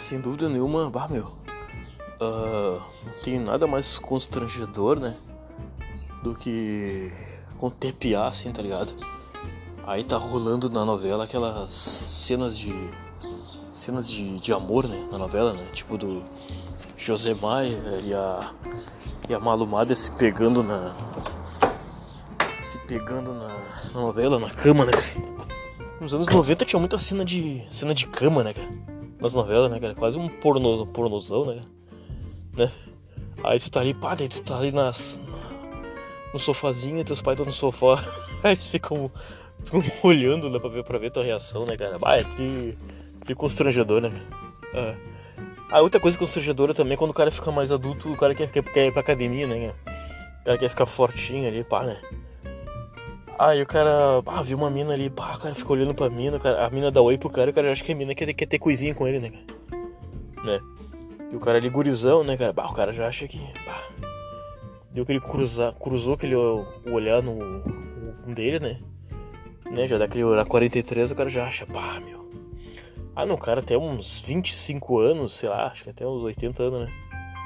sem dúvida nenhuma, não tem nada mais constrangedor, né, do que quando tem piá, assim, tá ligado? Aí tá rolando na novela aquelas cenas de amor, né, na novela, né, tipo do José Maia e a Malumada se pegando na novela, na cama, né, cara? Nos anos 90 tinha muita cena de cama, né, cara? Nas novelas, né, cara? Quase um pornozão, né? Aí tu tá ali, daí tu tá ali no sofazinho, e teus pais estão no sofá. Aí eles ficam olhando, né, pra ver tua reação, né, cara? Que constrangedor, né, cara? A outra coisa constrangedora também é quando o cara fica mais adulto, o cara quer ir pra academia, né, cara? O cara quer ficar fortinho ali, né? Aí o cara, viu uma mina ali, o cara fica olhando pra mina, a mina dá oi pro cara, o cara acha que a mina quer ter coisinha com ele, né, cara? Né? E o cara ali gurizão, né, cara? O cara já acha que, deu que ele cruzou aquele o olhar no dele, né? Já dá aquele olhar 43, o cara já acha, meu. Não, o cara até uns 25 anos, sei lá, acho que até uns 80 anos, né?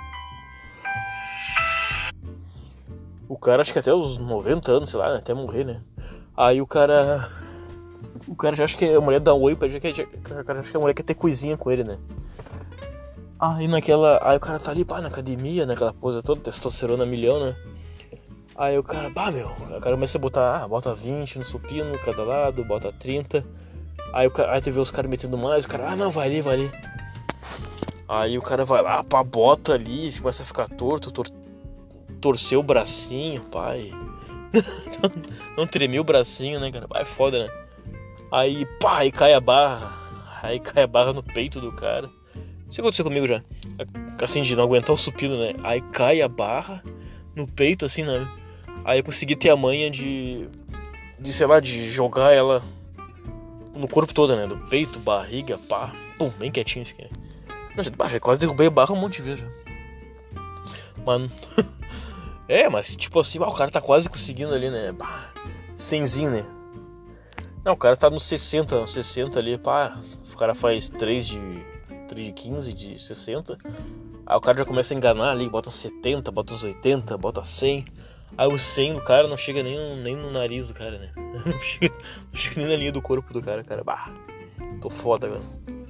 O cara acho que até os 90 anos, sei lá, até morrer, né? Aí o cara já acha que a mulher dá um oi pra ele, o cara acha que a mulher quer ter coisinha com ele, né? Aí o cara tá ali, na academia, naquela pose toda, testosterona milhão, né? Aí o cara, o cara começa a bota 20 no supino, cada lado, bota 30. Aí tu vê os caras metendo mais, o cara, não, vai ali. Aí o cara vai lá, bota ali, começa a ficar torceu o bracinho, pai. Não tremeu o bracinho, né, cara? É foda, né? Aí cai a barra. Aí cai a barra no peito do cara. Isso aconteceu comigo já. Assim, de não aguentar o supino, né? Aí cai a barra no peito, assim, né? Aí eu consegui ter a manha de sei lá, de jogar ela no corpo todo, né? Do peito, barriga, bem quietinho. Fiquei. Já quase derrubei a barra um monte de vezes. Mano. Mas tipo assim, o cara tá quase conseguindo ali, né? Cenzinho, né? Não, o cara tá nos 60 ali, o cara faz 3 de 15, de 60. Aí o cara já começa a enganar ali, bota uns 70, bota uns 80, bota 100. Aí o 100 do cara não chega nem no nariz do cara, né? Não chega nem na linha do corpo do cara. Tô foda, velho.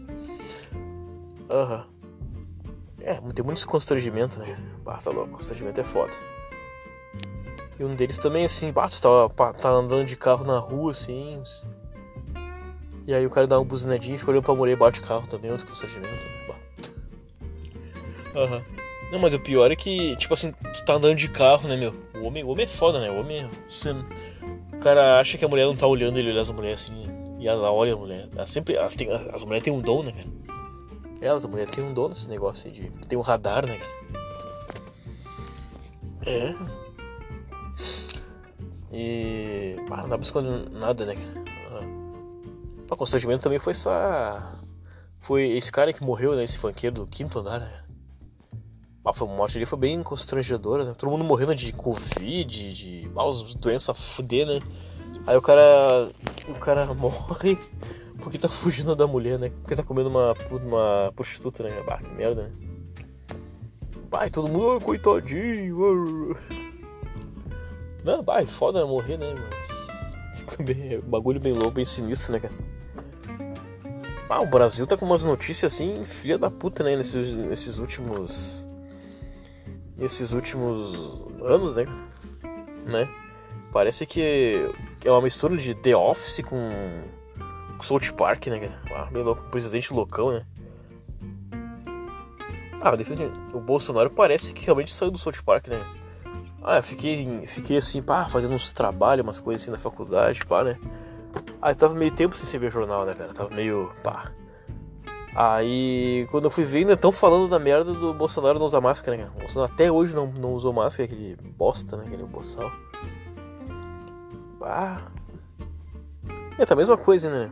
Tem muitos constrangimentos, né? Tá louco, constrangimento é foda. E um deles também, assim, tu tá andando de carro na rua, assim. E aí o cara dá uma buzinadinha e fica olhando pra mulher e bate o carro também, outro constrangimento, né? Não, mas o pior é que, tipo assim, tu tá andando de carro, né, meu? O homem é foda, né? O cara acha que a mulher não tá olhando, ele olha as mulheres assim, e ela olha a mulher. As mulheres têm um dom, né, cara? As mulheres têm um dom nesse negócio de... Tem um radar, né, cara? E... não dá buscando nada, né, cara? O constrangimento também foi Foi esse cara que morreu, né? Esse funkeiro do quinto andar, né? A morte ali foi bem constrangedora, né? Todo mundo morrendo de Covid, de doenças a fuder, né? Aí o cara morre porque tá fugindo da mulher, né? Porque tá comendo uma prostituta, né? Que merda, né? E todo mundo, coitadinho. Não, foda morrer, né? Mas fica bem, bagulho bem louco, bem sinistro, né, cara? O Brasil tá com umas notícias assim, filha da puta, né? Nesses últimos anos, né? Parece que é uma mistura de The Office com South Park, né, cara? Bem louco, presidente loucão, né? O Bolsonaro parece que realmente saiu do South Park, né? Eu fiquei assim, fazendo uns trabalhos, umas coisas assim na faculdade, né? Aí tava meio tempo sem ver jornal, né, cara? Tava meio, Aí, quando eu fui ver, ainda tão falando da merda do Bolsonaro não usar máscara, né, cara? O Bolsonaro até hoje não usou máscara, aquele bosta, né? Aquele boçal. Tá a mesma coisa, né?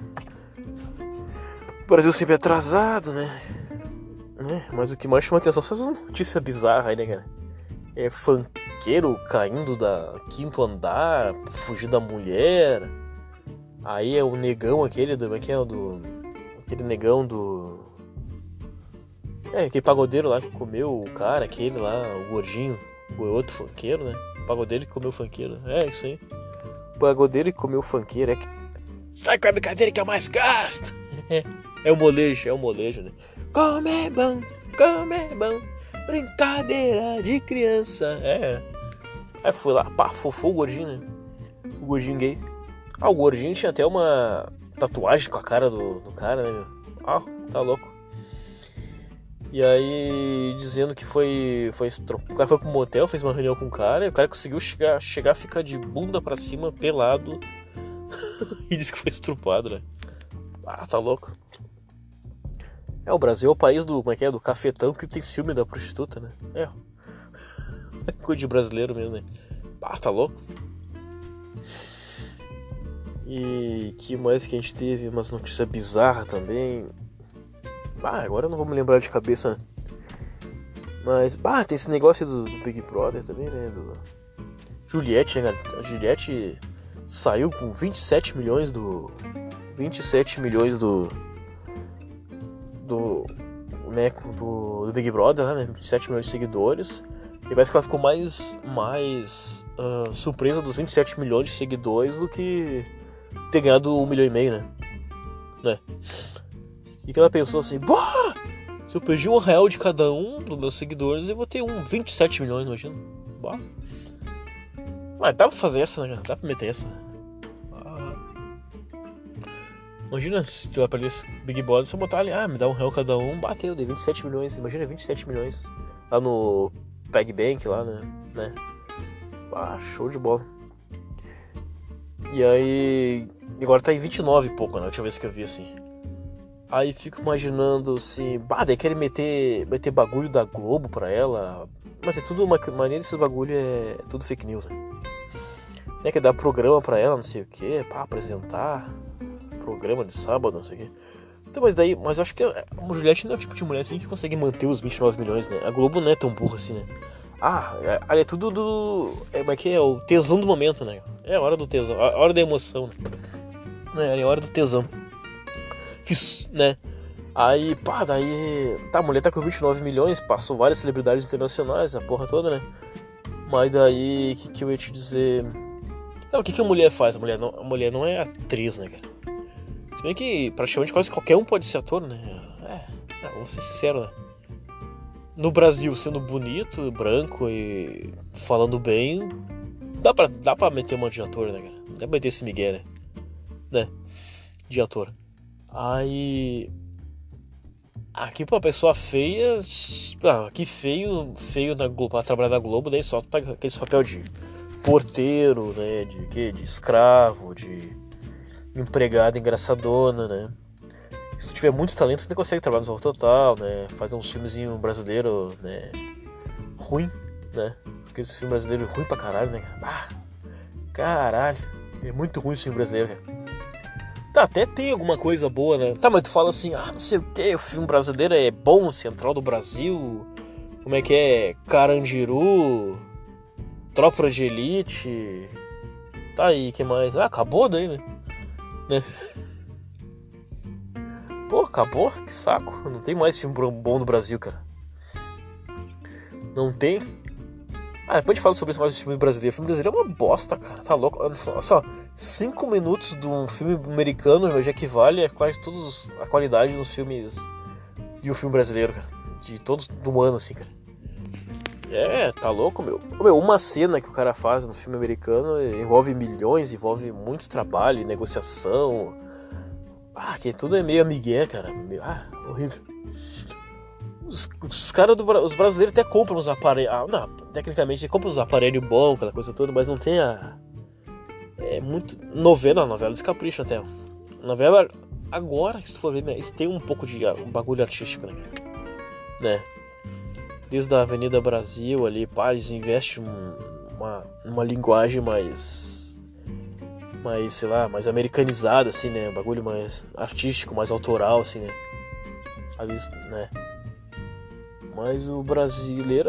O Brasil sempre atrasado, né? Mas o que mais chama atenção são essas notícias bizarras aí, né, cara? Funkeiro caindo da quinto andar, fugir da mulher. Aí é o negão aquele aquele negão do... aquele pagodeiro lá que comeu o cara, aquele lá, o gordinho, o outro funkeiro, né? O pagodeiro que comeu o funkeiro. É, isso aí. O pagodeiro que comeu o funkeiro é que... Sai com a brincadeira que eu mais gasto! É o molejo, né? Como é bom, brincadeira de criança. Aí foi lá, pá, fofou o gordinho, né? O gordinho gay. O gordinho tinha até uma tatuagem com a cara do cara, né, meu? Tá louco. E aí, dizendo que o cara foi pro motel, fez uma reunião com o cara, e o cara conseguiu chegar a ficar de bunda pra cima, pelado, e disse que foi estrupado, né? Tá louco. O Brasil é o país do, como é que é, do cafetão que tem ciúme da prostituta, né? Coisa de brasileiro mesmo, né? Tá louco. E que mais que a gente teve? Umas notícias bizarras também. Agora eu não vou me lembrar de cabeça, né? Mas, tem esse negócio do Big Brother também, né? Do Juliette, né, cara? A Juliette saiu com 27 milhões do Big Brother, né? 27 milhões de seguidores. E parece que ela ficou mais surpresa dos 27 milhões de seguidores do que ter ganhado 1,5 milhão, né? E que ela pensou assim, se eu perdi R$1 de cada um dos meus seguidores, eu vou ter 27 milhões, imagina. Dá pra fazer essa, né, cara? Dá pra meter essa. Imagina se tu aparece Big Brother, você botar ali, me dá R$1 cada um, bateu, dei 27 milhões. Imagina 27 milhões. Lá no PagBank, lá, né? Show de bola. E aí... Agora tá em 29 e pouco, né? A última vez que eu vi, assim. Aí fico imaginando, assim... daí querem meter bagulho da Globo pra ela. Mas é tudo uma maneira desses bagulho, é tudo fake news, né? Quer dar programa pra ela, não sei o que, apresentar programa de sábado, não sei o que. Então, mas eu acho que a Juliette não é o tipo de mulher assim que consegue manter os 29 milhões, né? A Globo não é tão burra assim, né? É tudo como é que é? O tesão do momento, né? É a hora do tesão, a hora da emoção, né? É a hora do tesão. Né? Aí, daí... a mulher tá com 29 milhões, passou várias celebridades internacionais, a porra toda, né? Mas daí, o que eu ia te dizer... Então, o que a mulher faz? A mulher não é atriz, né, cara? Se bem que praticamente quase qualquer um pode ser ator, né? Vou ser sincero, né? No Brasil, sendo bonito, branco e falando bem, dá pra meter um monte de ator, né, cara? Dá pra meter esse migué, né? De ator. Aí... Aqui pra pessoa feia... Aqui feio na Globo, pra trabalhar na Globo, daí só tá aquele papel de porteiro, né? De escravo, de empregada engraçadona, né? Se tu tiver muito talento, tu não consegue trabalhar no Zorro Total, né? Fazer um filmezinho brasileiro, né? Ruim, né? Porque esse filme brasileiro é ruim pra caralho, né, cara? Caralho. É muito ruim esse filme brasileiro, cara. Até tem alguma coisa boa, né? Mas tu fala assim, não sei o que, o filme brasileiro é bom, Central do Brasil, como é que é? Carandiru, Tropa de Elite. Aí, que mais? Acabou daí, né? Acabou? Que saco. Não tem mais filme bom no Brasil, cara. Não tem? Depois a gente fala sobre esse mais filme brasileiro. O filme brasileiro é uma bosta, cara. Tá louco? Olha só, 5 minutos de um filme americano já equivale a quase todos a qualidade dos filmes e o filme brasileiro, cara. De todos do ano, assim, cara. Tá louco, meu. Uma cena que o cara faz no filme americano envolve milhões, envolve muito trabalho, negociação. Que tudo é meio amigué, cara. Horrível. Os caras os brasileiros até compram os aparelhos. Tecnicamente compram os aparelhos bons, aquela coisa toda, mas não tem é muito. Novela eles capricham até. Novela, agora que se tu for ver, eles têm um pouco de um bagulho artístico, né? Desde a Avenida Brasil ali, eles investem uma linguagem mais, sei lá, mais americanizada, assim, né? Um bagulho mais artístico, mais autoral, assim, né? Ali, né? Mas o brasileiro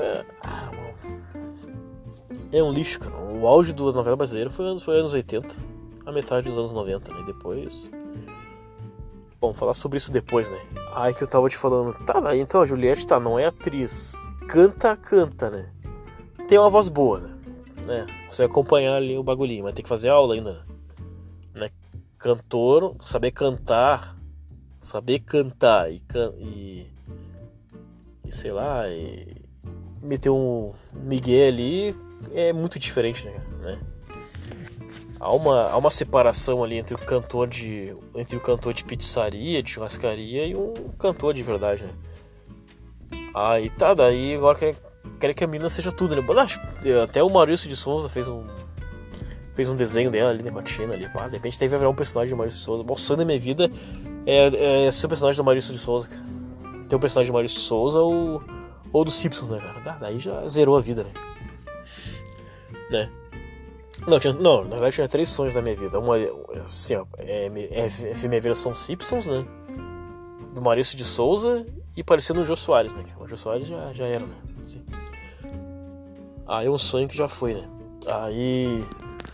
é um lixo, cara. O auge da novela brasileira foi anos 80, a metade dos anos 90, né? Depois... Bom, falar sobre isso depois, né? Aí que eu tava te falando, tá, daí então a Juliette, tá, não é atriz. Canta, né? Tem uma voz boa, né? Você acompanhar ali o bagulhinho, mas tem que fazer aula ainda, né? Cantor, saber cantar e sei lá, e meter um migué ali é muito diferente, né? Há uma separação ali entre o cantor de pizzaria, de churrascaria e um cantor de verdade, né? Aí tá, daí agora quer que a mina seja tudo, né? Até o Maurício de Souza fez um desenho dela ali, né, com a Tina ali, pá. De repente teve a virar um personagem do Maurício de Souza. O sonho da minha vida é ser o personagem do Maurício de Souza, cara. Ter um personagem do Maurício de Souza ou do Simpsons, né, cara? Daí já zerou a vida, né? Não, na verdade tinha 3 sonhos na minha vida. Uma, assim, ó, minha versão Simpsons, né? Do Maurício de Souza e parecendo o Jô Soares, né? O Jô Soares já era, né? Assim. Aí é um sonho que já foi, né? Aí...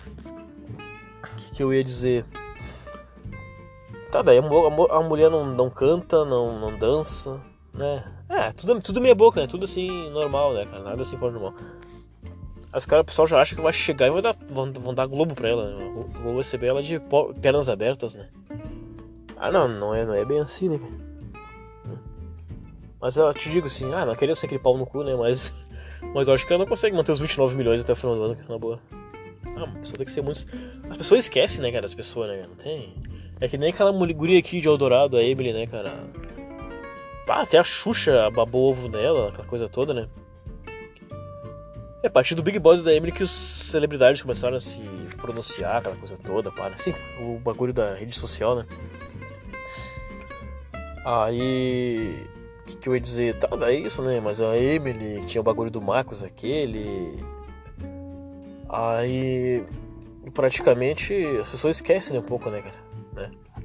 O que eu ia dizer? Tá, daí a mulher não canta, não dança, né? Tudo meia boca, né? Tudo assim, normal, né, cara? Nada assim fora normal. Os caras, o pessoal já acha que vai chegar e vão dar Globo pra ela, né? Vão receber ela de pernas abertas, né? Não é bem assim, né? Mas eu te digo assim, não queria ser aquele pau no cu, né? Mas eu acho que ela não consegue manter os 29 milhões até o final do ano, na boa. A pessoa tem que ser muito... As pessoas esquecem, né, cara, as pessoas, né? Não tem... É que nem aquela guria aqui de Eldorado, a Emily, né, cara? Até a Xuxa babou o ovo dela, aquela coisa toda, né? É a partir do Big Brother da Emily que os celebridades começaram a se pronunciar, aquela coisa toda, para. Sim, o bagulho da rede social, né? Aí... O que eu ia dizer? Tá, daí isso, né? Mas a Emily, tinha o bagulho do Marcos aquele... Aí... Praticamente, as pessoas esquecem, né, um pouco, né, cara? Né?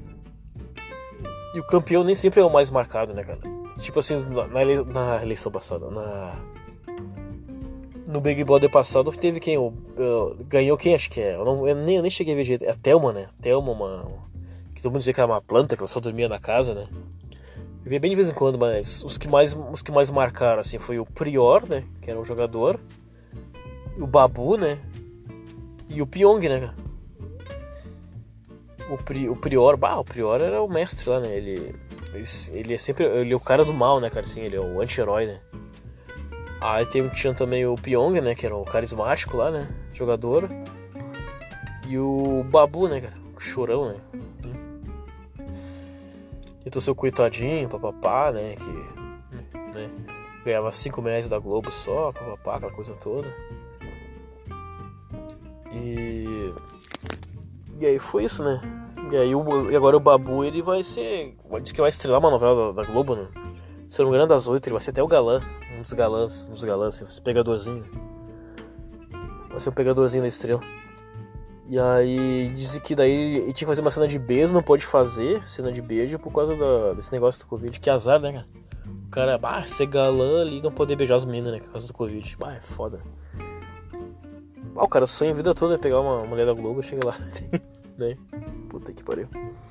E o campeão nem sempre é o mais marcado, né, cara? Tipo assim, na eleição passada, no Big Brother passado teve quem? Ganhou quem, acho que é? Eu nem cheguei a ver jeito. É a Thelma, né? Thelma, que todo mundo dizia que era uma planta, que ela só dormia na casa, né? Eu via bem de vez em quando, mas os que mais marcaram, assim, foi o Prior, né? Que era um jogador. O Babu, né? E o Pyong, né, cara? O Prior era o mestre lá, né? Ele é sempre... Ele é o cara do mal, né, cara? Assim, ele é o anti-herói, né? Aí tinha também o Pyong, né? Que era o carismático lá, né? Jogador. E o Babu, né, cara? O chorão, né? Então seu coitadinho, papapá, né? Que... Né? Ganhava 5 reais da Globo só, papapá, aquela coisa toda. E aí foi isso, né? E agora o Babu, ele vai ser... Diz que vai estrelar uma novela da Globo, né? Se eu não me engano, das 8, ele vai ser até o galã. Um dos galãs, assim, vai ser pegadorzinho. Vai ser um pegadorzinho da estrela. E aí, disse que daí ele tinha que fazer uma cena de beijo, não pode fazer cena de beijo por causa desse negócio do Covid. Que azar, né, cara? O cara, ser galã ali e não poder beijar as meninas, né, por causa do Covid. É foda. O cara sonha a vida toda é pegar uma mulher da Globo e chega lá, né? Puta que pariu.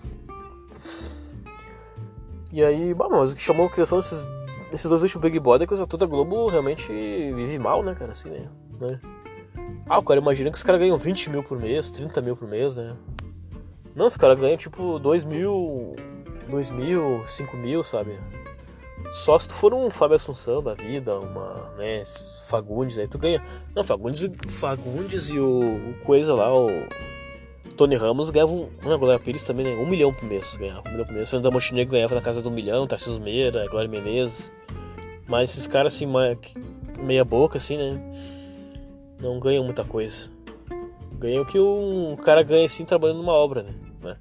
E aí, mas o que chamou a criação desses 2 últimos Big Brother é que toda a Globo realmente vive mal, né, cara, assim, né? O cara imagina que os caras ganham 20 mil por mês, 30 mil por mês, né? Não, os caras ganham tipo 2 mil, 5 mil, sabe? Só se tu for um Fábio Assunção da vida, né, esses Fagundes, aí tu ganha. Não, Fagundes e o coisa lá, o Tony Ramos ganhava, a Glória Pires também, né, 1 milhão por mês, ganhava 1 milhão por mês. O Fernando Montenegro ganhava na casa do 1 milhão, Tarcísio Meira, Glória Menezes. Mas esses caras assim, meia boca assim, né, não ganham muita coisa. Ganham o que um cara ganha assim trabalhando numa obra, né?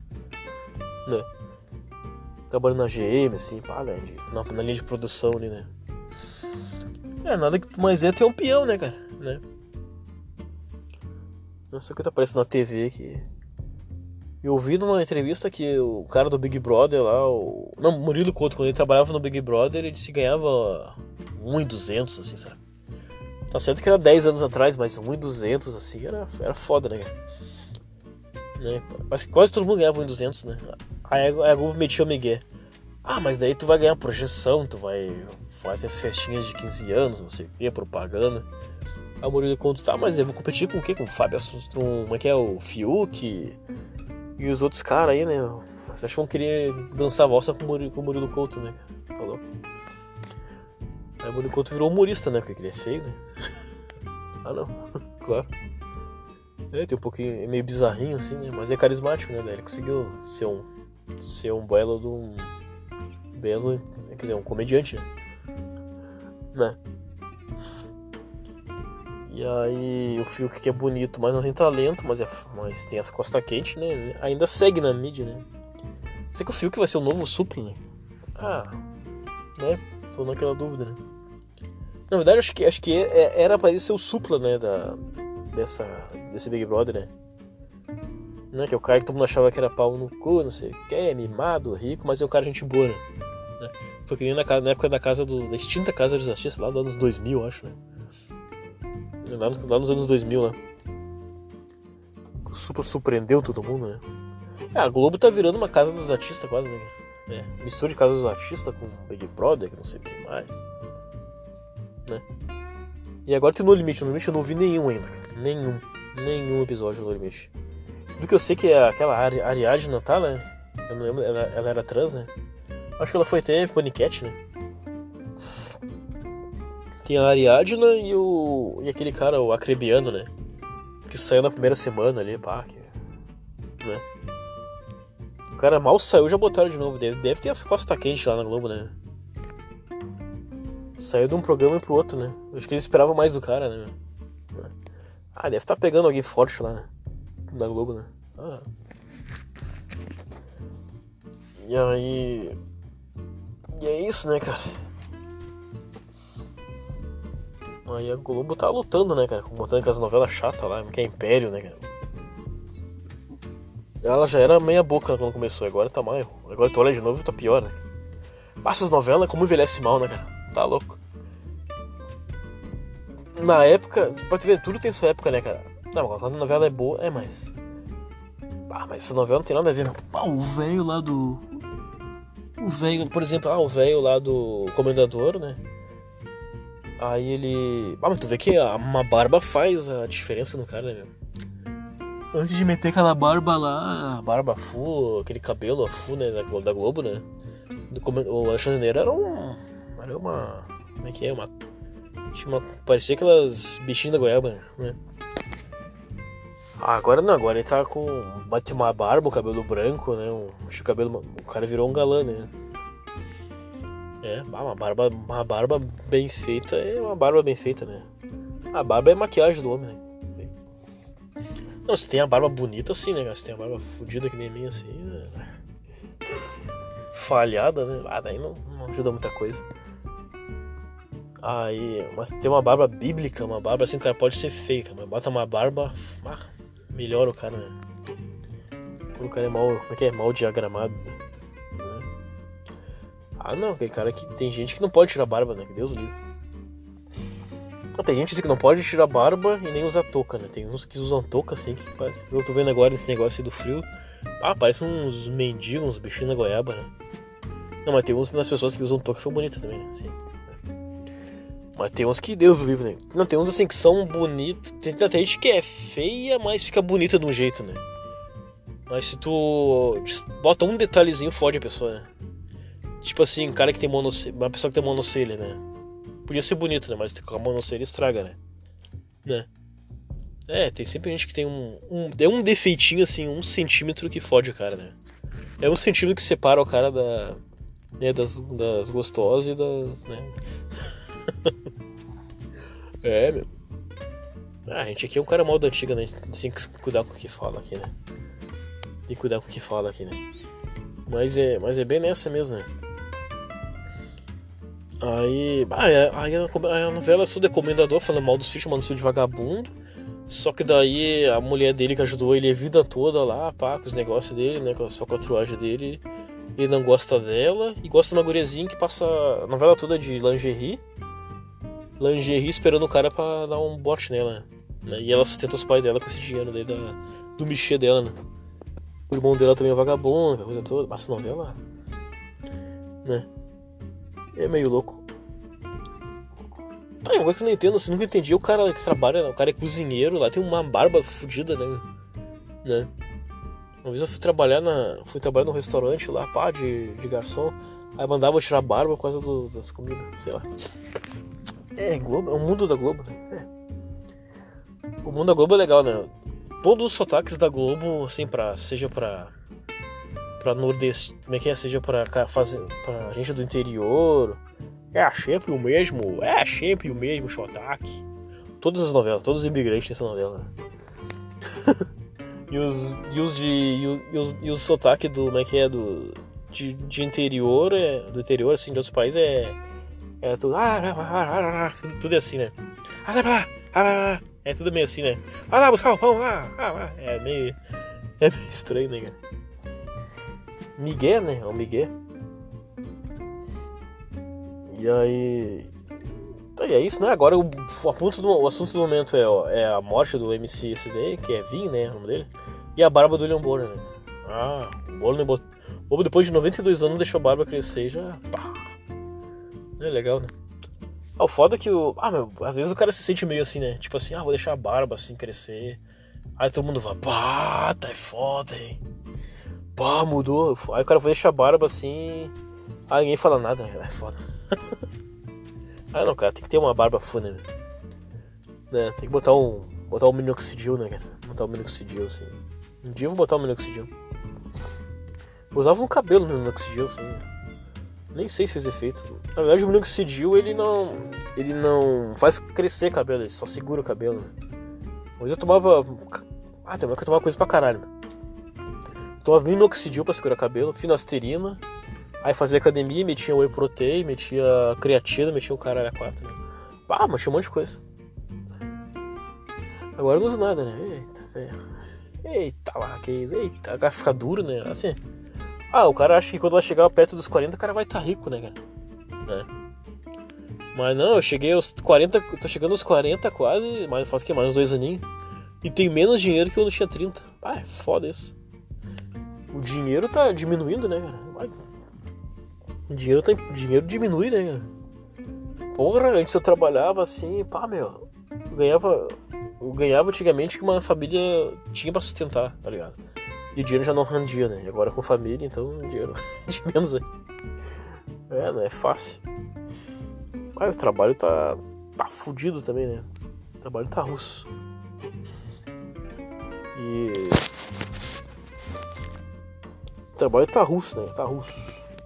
Trabalhando na GM, assim, né, na linha de produção ali, né? Nada que mais ter um peão, né, cara? Né? Não sei o que tá aparecendo na TV aqui. Eu ouvi numa entrevista que o cara do Big Brother lá, Murilo Couto, quando ele trabalhava no Big Brother, ele disse que ganhava 1.200, assim, sabe? Tá certo que era 10 anos atrás, mas 1.200, assim, era foda, né, cara? Né? Mas quase todo mundo ganhava 1.200, né? Aí a Globo metia o migué. Ah, mas daí tu vai ganhar projeção, tu vai fazer as festinhas de 15 anos, não sei o que, propaganda. Aí o Murilo conta, tá, mas eu vou competir com o quê? Com o Fábio Assunção, como é que é? O Fiuk e os outros caras aí, né? Vocês acham que vão querer dançar valsa com o Murilo Couto, né? Tá louco? Aí o Murilo Couto virou humorista, né? Porque ele é feio, né? Ah, não. Claro. Tem um pouquinho, é meio bizarrinho assim, né? Mas é carismático, né? Ele conseguiu ser um belo de um... Belo, quer dizer, um comediante, né? E aí o Fiuk que é bonito, mas não tem talento, mas tem as costas quentes, né? Ainda segue na mídia, né? Será que o Fiuk vai ser o novo Supla, né? Ah, né? Tô naquela dúvida, né? Na verdade, acho que era pra ele ser o Supla, né? Desse Big Brother, né? Né? Que é o cara que todo mundo achava que era pau no cu, não sei o que, mimado, rico, mas é um cara gente boa, né? Foi que nem na época da extinta Casa dos Artistas, lá nos anos 2000, acho, né? Lá nos anos 2000, lá. O Supla surpreendeu todo mundo, né? A Globo tá virando uma Casa dos Artistas quase, né? Mistura de Casa dos Artistas com Big Brother, que não sei o que mais, né? E agora tem No Limite. No Limite eu não vi nenhum ainda, cara. Nenhum episódio do No Limite. Do que eu sei que é aquela Ariadna, tá, né? Eu não lembro, ela era trans, né? Acho que ela foi até paniquete, né? Tem a Ariadna e aquele cara, o Acrebiano, né? Que saiu na primeira semana ali, pá, né? O cara mal saiu, já botaram de novo. Deve ter as costas quentes lá na Globo, né? Saiu de um programa pro outro, né? Acho que eles esperavam mais do cara, né? Ah, deve estar pegando alguém forte lá, né? Da Globo, né? Ah. E aí... E é isso, né, cara? Aí a Globo tá lutando, né, cara? Botando aquelas novelas chatas lá, que é Império, né, cara? Ela já era meia boca quando começou, agora tá mais. Agora tu olha de novo e tá pior, né? Essas novelas, como envelhece mal, né, cara? Tá louco. Na época, pode ver, tudo tem sua época, né, cara? Não, quando a novela é boa, mas essa novela não tem nada a ver, não. O velho lá do... O velho, por exemplo, o velho lá do Comendador, né? Aí ele... mas tu vê que uma barba faz a diferença no cara, né, meu? Antes de meter aquela barba lá, barba full, aquele cabelo full, né, da Globo, né? O Alexandre Neira era uma... Como é que é? Parecia aquelas bichinhas da goiaba, né? Agora não, agora ele tá com... Bate uma barba, o cabelo branco, né? O cara virou um galã, né? Uma barba bem feita é uma barba bem feita, né? A barba é maquiagem do homem, né? Não, se tem a barba bonita assim, né? Se tem a barba fodida que nem a minha assim, né? Falhada, né? Daí não ajuda muita coisa. Aí, mas tem uma barba bíblica, uma barba assim, o cara pode ser feio, mas bota uma barba, melhora o cara, né? Quando o cara é mal, como é que é? Mal diagramado, né? Não, aquele cara que tem gente que não pode tirar barba, né? Que Deus o livre. Tem gente que não pode tirar barba e nem usar touca, né? Tem uns que usam touca assim, que parece... Eu tô vendo agora esse negócio aí do frio. Parece uns mendigos, uns bichinhos na goiaba, né? Não, mas tem umas pessoas que usam touca que são bonitas também, né? Assim. Mas tem uns que Deus o livre, né? Não, tem uns assim que são bonitos. Tem gente que é feia, mas fica bonita de um jeito, né? Mas se tu bota um detalhezinho, fode a pessoa, né? Tipo assim, um cara que tem uma pessoa que tem monocelha, né? Podia ser bonito, né? Mas com a monocelha estraga, né? Tem sempre gente que tem um defeitinho assim, 1 centímetro que fode o cara, né? É 1 centímetro que separa o cara das gostosas e das, né? Meu. A gente aqui é um cara mal da antiga, né? A gente tem que cuidar com o que fala aqui, né? Mas é bem nessa mesmo, né? Aí a novela sou de Comendador falando mal dos filhos, chamando isso de vagabundo. Só que daí a mulher dele que ajudou ele a vida toda lá, com os negócios dele, né? Com as falcatruagens dele. Ele não gosta dela e gosta de uma guriazinha que passa a novela toda de lingerie esperando o cara pra dar um bote nela, né? E ela sustenta os pais dela com esse dinheiro daí do mexer dela, né? O irmão dela também é vagabundo, a coisa toda. Passa novela, né? É meio louco. Tá, uma coisa que eu não entendo, assim, nunca entendi. O cara que trabalha, o cara é cozinheiro lá, tem uma barba fodida, né? Uma vez eu fui trabalhar num restaurante lá, pá, de garçom. Aí mandava eu tirar a barba por causa das comidas, sei lá. Globo, é o mundo da Globo, né? O mundo da Globo é legal, né? Todos os sotaques da Globo, assim, seja pra Nordeste, como é que é? Seja pra gente do interior, é sempre o mesmo sotaque. Todas as novelas, todos os imigrantes nessa novela, né? e os sotaques do, como é que é, de interior, do interior, assim, de outros países é tudo, tudo é assim, né? É tudo meio assim, né? Vai lá buscar o pão, é meio estranho, né, cara? Miguel, né? É o Miguel. E aí... Então, e é isso, né? Agora o assunto do momento é a morte do MC SD, que é Vin, né? O nome dele. E a barba do William Bonner, né? O Bonner depois de 92 anos deixou a barba crescer e já... Pá. É legal, né? O foda é que às vezes o cara se sente meio assim, né? Tipo assim, vou deixar a barba assim crescer. Aí todo mundo vai, pá, tá foda, hein? Pá, mudou. Aí o cara vai deixar a barba assim. Aí ninguém fala nada, é foda. Não, cara, tem que ter uma barba fúnebre, né? Tem que botar um minoxidil, né, cara? Botar um minoxidil, assim. Um dia eu vou botar um minoxidil. Eu usava um cabelo no minoxidil, assim. Nem sei se fez efeito. Na verdade, o minoxidil, ele não faz crescer cabelo, ele só segura o cabelo, né? Mas eu tomava... tem uma que eu tomava coisa pra caralho, né? Tomava minoxidil pra segurar cabelo, finasterina. Aí fazia academia, metia whey protein, metia creatina, metia um caralho a 4, né? Mas tinha um monte de coisa. Agora eu não uso nada, né? Eita lá, que isso? Eita, vai ficar duro, né? Assim... o cara acha que quando vai chegar perto dos 40, o cara vai estar rico, né, cara? Mas não, eu cheguei aos 40, tô chegando aos 40 quase, mais falta que mais uns 2 aninhos. E tenho menos dinheiro que eu não tinha 30. É foda isso. O dinheiro tá diminuindo, né, cara? O dinheiro diminui, né, cara? Porra, antes eu trabalhava assim, eu ganhava antigamente que uma família tinha pra sustentar, tá ligado? E o dinheiro já não rendia, né? E agora com família, então o dinheiro de menos, né? Não é fácil. Mas o trabalho tá fudido também, né? O trabalho tá russo. O trabalho tá russo, né? Tá russo.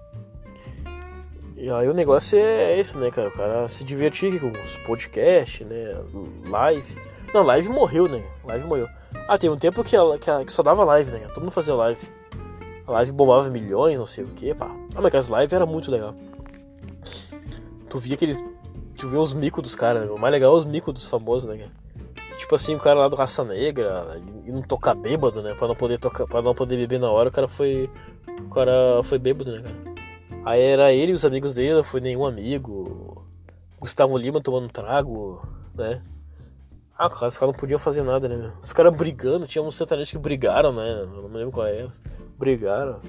E aí o negócio é esse, né, cara? O cara se divertir aqui com os podcasts, né? Live. Não, live morreu, né? Live morreu. Teve um tempo que só dava live, né? Todo mundo fazia live. A live bombava milhões, não sei o que, pá. Mas aquelas lives era muito legal. Tu via os micos dos caras, né? O mais legal é os micos dos famosos, né? Tipo assim, o cara lá do Raça Negra e não tocar bêbado, né? Pra não poder beber na hora, o cara foi bêbado, né, cara? Aí era ele e os amigos dele, não foi nenhum amigo. Gustavo Lima tomando trago, né? Os caras não podiam fazer nada, né, meu? Os caras brigando, tinha uns sertanejos que brigaram, né? Eu não me lembro qual é. Brigaram.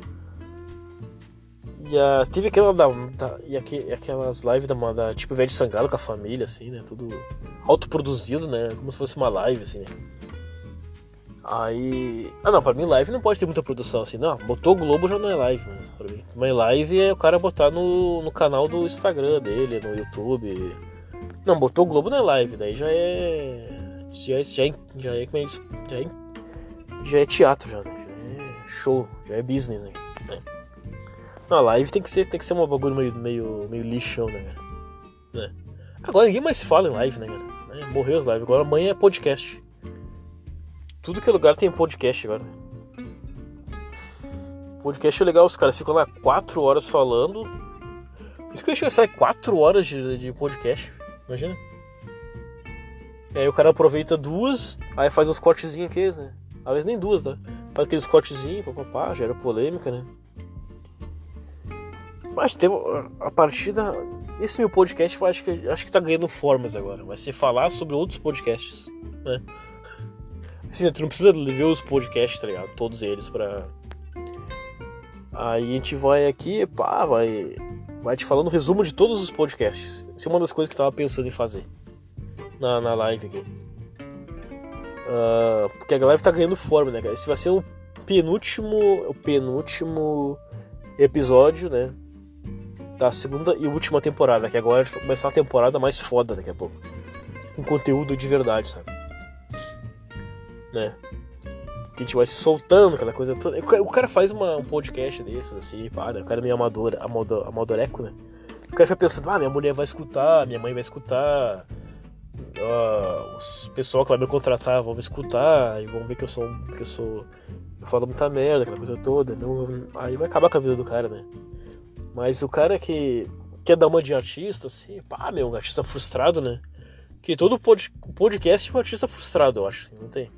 E teve aquelas lives da tipo Ivete Sangalo com a família, assim, né? Tudo autoproduzido, né? Como se fosse uma live, assim, né? Aí... não, pra mim live não pode ter muita produção, assim. Não, botou o Globo já não é live, né, pra mim. Mas live é o cara botar no canal do Instagram dele, no YouTube. Não, botou o Globo na live, daí já é teatro já, né? Já é show, já é business, né? Não, a live tem que ser uma bagulho meio lixão, né, cara? Né? Agora ninguém mais fala em live, né, cara? Morreu as lives, agora amanhã é podcast. Tudo que é lugar tem podcast agora. Podcast é legal, os caras ficam lá 4 horas falando. Isso que eu achei que sai 4 horas de podcast, imagina. E aí o cara aproveita 2, aí faz uns cortezinhos aqui, né? Às vezes nem 2, né? Faz aqueles cortezinhos, papapá, gera polêmica, né? Mas teve a partir da... Esse meu podcast eu acho que tá ganhando formas agora. Vai ser falar sobre outros podcasts, né? Assim, tu não precisa ver os podcasts, tá ligado? Todos eles pra Aí a gente vai aqui, pá, vai te falando o resumo de todos os podcasts. Isso é uma das coisas que eu tava pensando em fazer na live aqui. Porque a galera tá ganhando forma, né, cara? Esse vai ser o penúltimo episódio, né, da segunda e última temporada, que agora vai começar uma temporada mais foda daqui a pouco. Com conteúdo de verdade, sabe? Né? Que a gente vai se soltando, aquela coisa toda. O cara faz um podcast desses, assim, pá, né? O cara é meio amadoreco, né? O cara fica pensando, minha mulher vai escutar, minha mãe vai escutar, os pessoal que vai me contratar vão me escutar, e vão ver que eu falo muita merda, aquela coisa toda. Aí vai acabar com a vida do cara, né? Mas o cara que quer dar uma de artista, assim, um artista frustrado, né? Que todo podcast é um artista frustrado, eu acho, não tem?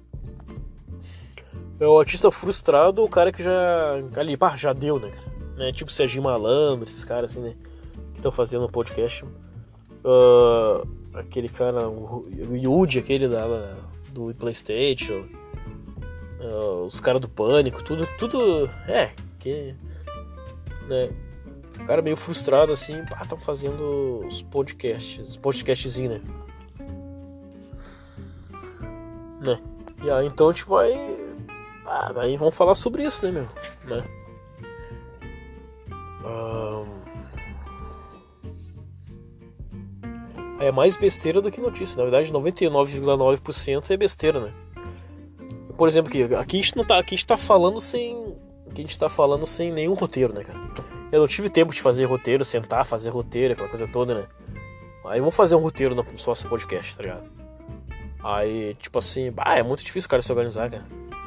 É o artista frustrado, o cara que já deu, né, cara? Né? Tipo Serginho Malandro, esses caras assim, né? Que estão fazendo um podcast. Aquele cara, o Yudi, aquele do PlayStation. Os caras do Pânico, tudo. Né? O cara meio frustrado assim, estão fazendo os podcastzinhos, né? E aí então a gente vai. Daí vamos falar sobre isso, né, meu? Né? É mais besteira do que notícia. Na verdade, 99,9% é besteira, né? Por exemplo, aqui a gente tá falando sem nenhum roteiro, né, cara? Eu não tive tempo de fazer roteiro, sentar, fazer roteiro, aquela coisa toda, né? Aí vamos fazer um roteiro no nosso podcast, tá ligado? Aí, tipo assim, é muito difícil o cara se organizar, cara.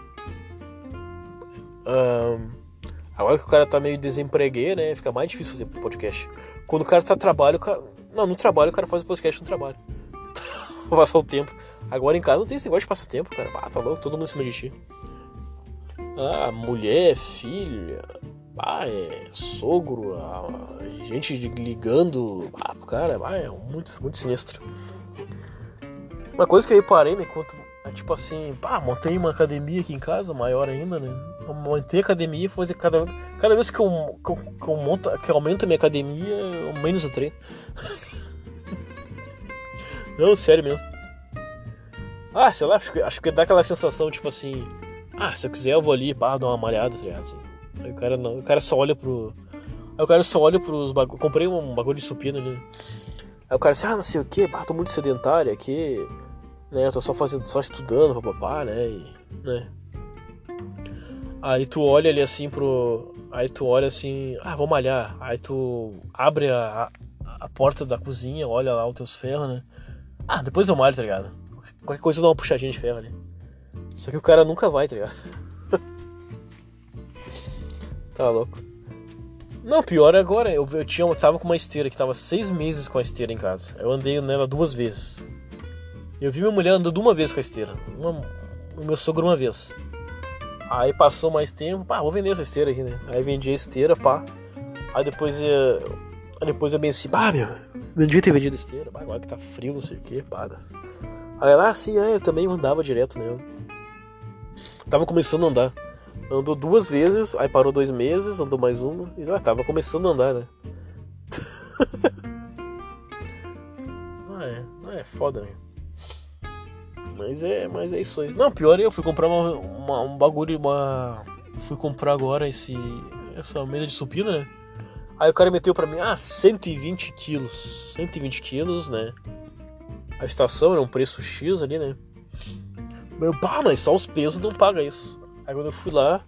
Agora que o cara tá meio desempregueiro, né? Fica mais difícil fazer podcast. Quando o cara tá no trabalho, no trabalho o cara faz o podcast no trabalho. Passar o tempo. Agora em casa não tem esse negócio de passar tempo, cara. Tá louco, todo mundo em cima de ti. Mulher, filha, sogro, gente ligando pro cara, é muito, muito sinistro. Uma coisa que eu reparei, né, tipo assim, montei uma academia aqui em casa, maior ainda, né? Eu montei a academia, fazer cada vez que eu aumento a minha academia, eu menos eu treino. Não, sério mesmo. Sei lá, acho que dá aquela sensação, tipo assim, se eu quiser eu vou ali, dar uma malhada, tá ligado? Assim. Aí o cara só olha pros bagulhos. Comprei um bagulho de supino ali. Aí o cara assim, não sei o que, tô muito sedentário aqui, né? Tô só estudando, papapá, né? Né? Aí tu olha ali assim Aí tu olha assim, vou malhar. Aí tu abre a porta da cozinha, olha lá os teus ferros, né? Depois eu malho, tá ligado? Qualquer coisa eu dou uma puxadinha de ferro ali. Só que o cara nunca vai, tá ligado? Tá louco. Não, pior é agora, eu tava com uma esteira que tava 6 meses com a esteira em casa. Eu andei nela 2 vezes. Eu vi minha mulher andando 1 vez com a esteira. O meu sogro 1 vez. Aí passou mais tempo, vou vender essa esteira aqui, né? Aí vendi a esteira, Aí depois eu pensei, não devia ter vendido a esteira, agora que tá frio, não sei o que, Aí ela, eu também andava direto nela. Tava começando a andar. Andou 2 vezes, aí parou 2 meses, andou mais uma, e tava começando a andar, né? É foda, né? Mas é isso aí. Não, pior eu fui comprar um bagulho, fui comprar agora essa mesa de supino, né? Aí o cara meteu pra mim, 120 quilos. 120 quilos, né? A estação era um preço X ali, né? Mas só os pesos não paga isso. Aí quando eu fui lá,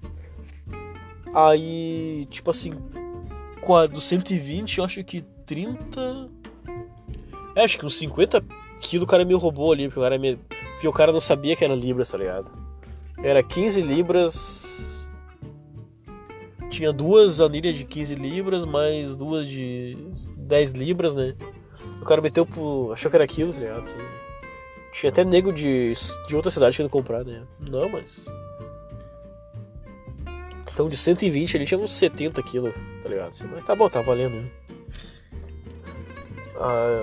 aí, tipo assim, do 120, eu acho que 30... acho que uns 50 quilos o cara me roubou ali, porque o cara não sabia que era libras, tá ligado? Era 15 libras... Tinha 2 anilhas de 15 libras, mais 2 de 10 libras, né? O cara meteu achou que era aquilo, tá ligado? Assim. Tinha até nego de outra cidade querendo comprar, né? Não, mas... Então de 120 ele tinha uns 70 quilos, tá ligado? Assim, mas tá bom, tá valendo, né?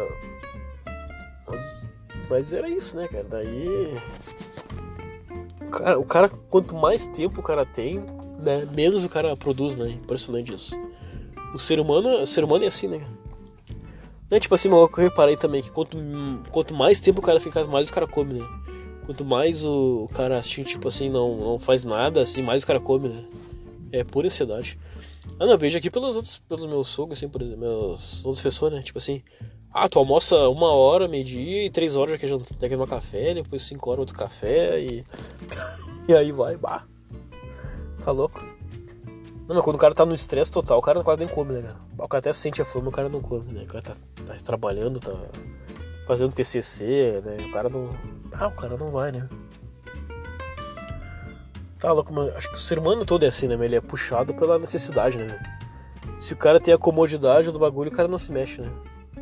Mas era isso, né, cara? Daí... o cara, quanto mais tempo o cara tem, né, menos o cara produz, né? Impressionante isso. O ser humano é assim, né? É tipo assim, eu reparei também que quanto mais tempo o cara fica, mais o cara come, né? Quanto mais o cara, assim, tipo assim, não faz nada, assim, mais o cara come, né? É pura ansiedade. Não, eu vejo aqui pelos meus sogros, assim, por exemplo, meus outras pessoas, né? Tipo assim, tu almoça 1h, meio-dia, e 3 horas já quer tomar café, depois 5 horas outro café, e e aí vai, tá louco. Não, mas quando o cara tá no estresse total, o cara quase nem come, né, cara? O cara até sente a fome, o cara não come, né? O cara tá trabalhando, tá fazendo TCC, né? O cara não vai, né? Tá louco, mas acho que o ser humano todo é assim, né? Ele é puxado pela necessidade, né? Se o cara tem a comodidade do bagulho, o cara não se mexe, né?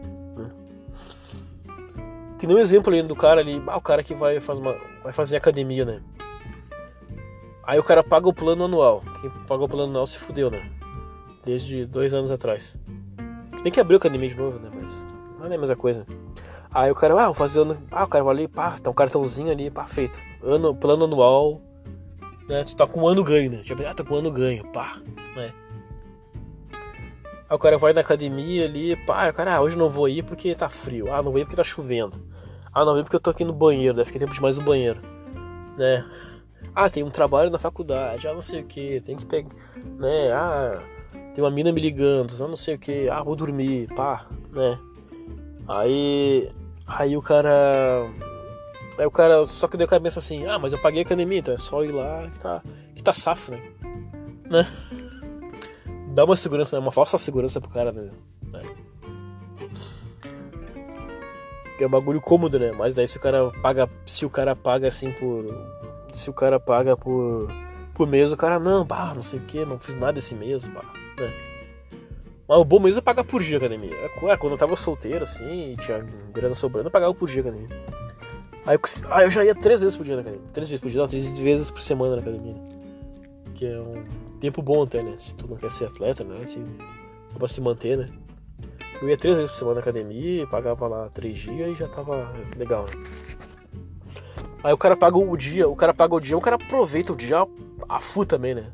Que nem um exemplo ali do cara ali, o cara que vai fazer academia, né? Aí o cara paga o plano anual. Quem pagou o plano anual se fudeu, né? Desde 2 anos atrás. Tem que abrir a academia de novo, né? Mas não é a mesma coisa. Aí o cara, vou fazer ano. O cara vai ali, tá um cartãozinho ali, feito. Plano anual, né? Tu tá com um ano ganho, né? Tô com um ano ganho, né? Aí o cara vai na academia ali, o cara, hoje não vou ir porque tá frio. Não vou ir porque tá chovendo. Não vou ir porque eu tô aqui no banheiro, fiquei tempo demais no banheiro, né? Tem um trabalho na faculdade, não sei o que, tem que pegar, né? Tem uma mina me ligando, não sei o que, vou dormir, né? Aí o cara. Só que daí o cara pensa assim, mas eu paguei a academia, então é só ir lá que tá safo, né? Dá uma segurança, uma falsa segurança pro cara, né? É um bagulho cômodo, né? Mas daí se o cara paga assim se o cara paga por mês, o cara não sei o que, não fiz nada esse mês, né? Mas o bom mesmo é pagar por dia a academia. Quando eu tava solteiro, assim, e tinha grana sobrando, eu pagava por dia a academia. Aí eu já ia 3 vezes por dia na academia. 3 vezes por dia, não, 3 vezes por semana na academia, né? Que é um tempo bom até, né? Se tu não quer ser atleta, né? Só pra se manter, né? Eu ia 3 vezes por semana na academia, pagava lá 3 dias e já tava legal, né? Aí o cara paga o dia, o cara aproveita o dia a full também, né?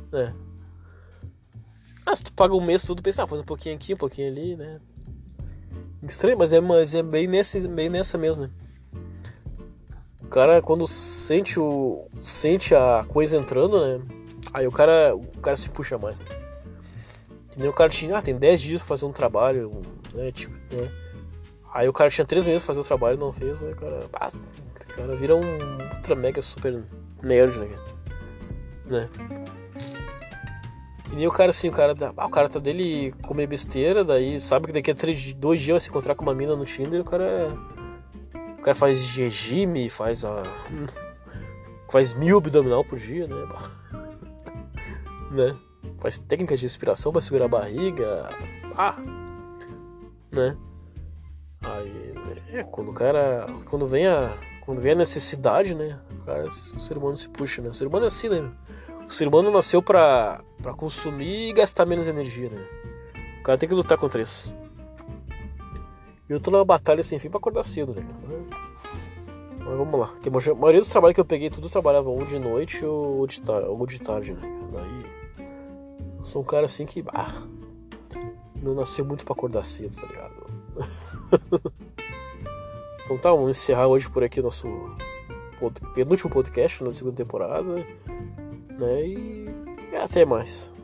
Se tu paga um mês tudo, pensa, faz um pouquinho aqui, um pouquinho ali, né? Estranho, mas é bem nessa mesmo, né? O cara, quando sente a coisa entrando, né? Aí o cara se puxa mais, né? Que nem o cara tinha, tem 10 dias pra fazer um trabalho, né? Tipo, né? Aí o cara tinha 3 meses pra fazer o trabalho e não fez, né? O cara vira um ultra mega super nerd, né? Que nem o cara assim, o cara tá dele comer besteira, daí sabe que daqui a 2 dias vai se encontrar com uma mina no Tinder e o cara faz regime, faz 1000 abdominal por dia, né? Né? Faz técnicas de respiração pra segurar a barriga, né? Aí, quando vem a necessidade, né? O ser humano se puxa, né? O ser humano é assim, né? O ser humano nasceu pra consumir e gastar menos energia, né? O cara tem que lutar contra isso. E eu tô numa batalha sem fim pra acordar cedo, né? Mas vamos lá. Porque a maioria dos trabalhos que eu peguei, tudo trabalhava ou de noite ou de tarde, né? Daí eu sou um cara assim que não nasceu muito pra acordar cedo, tá ligado? Então tá, vamos encerrar hoje por aqui o nosso penúltimo podcast na segunda temporada, né? E até mais.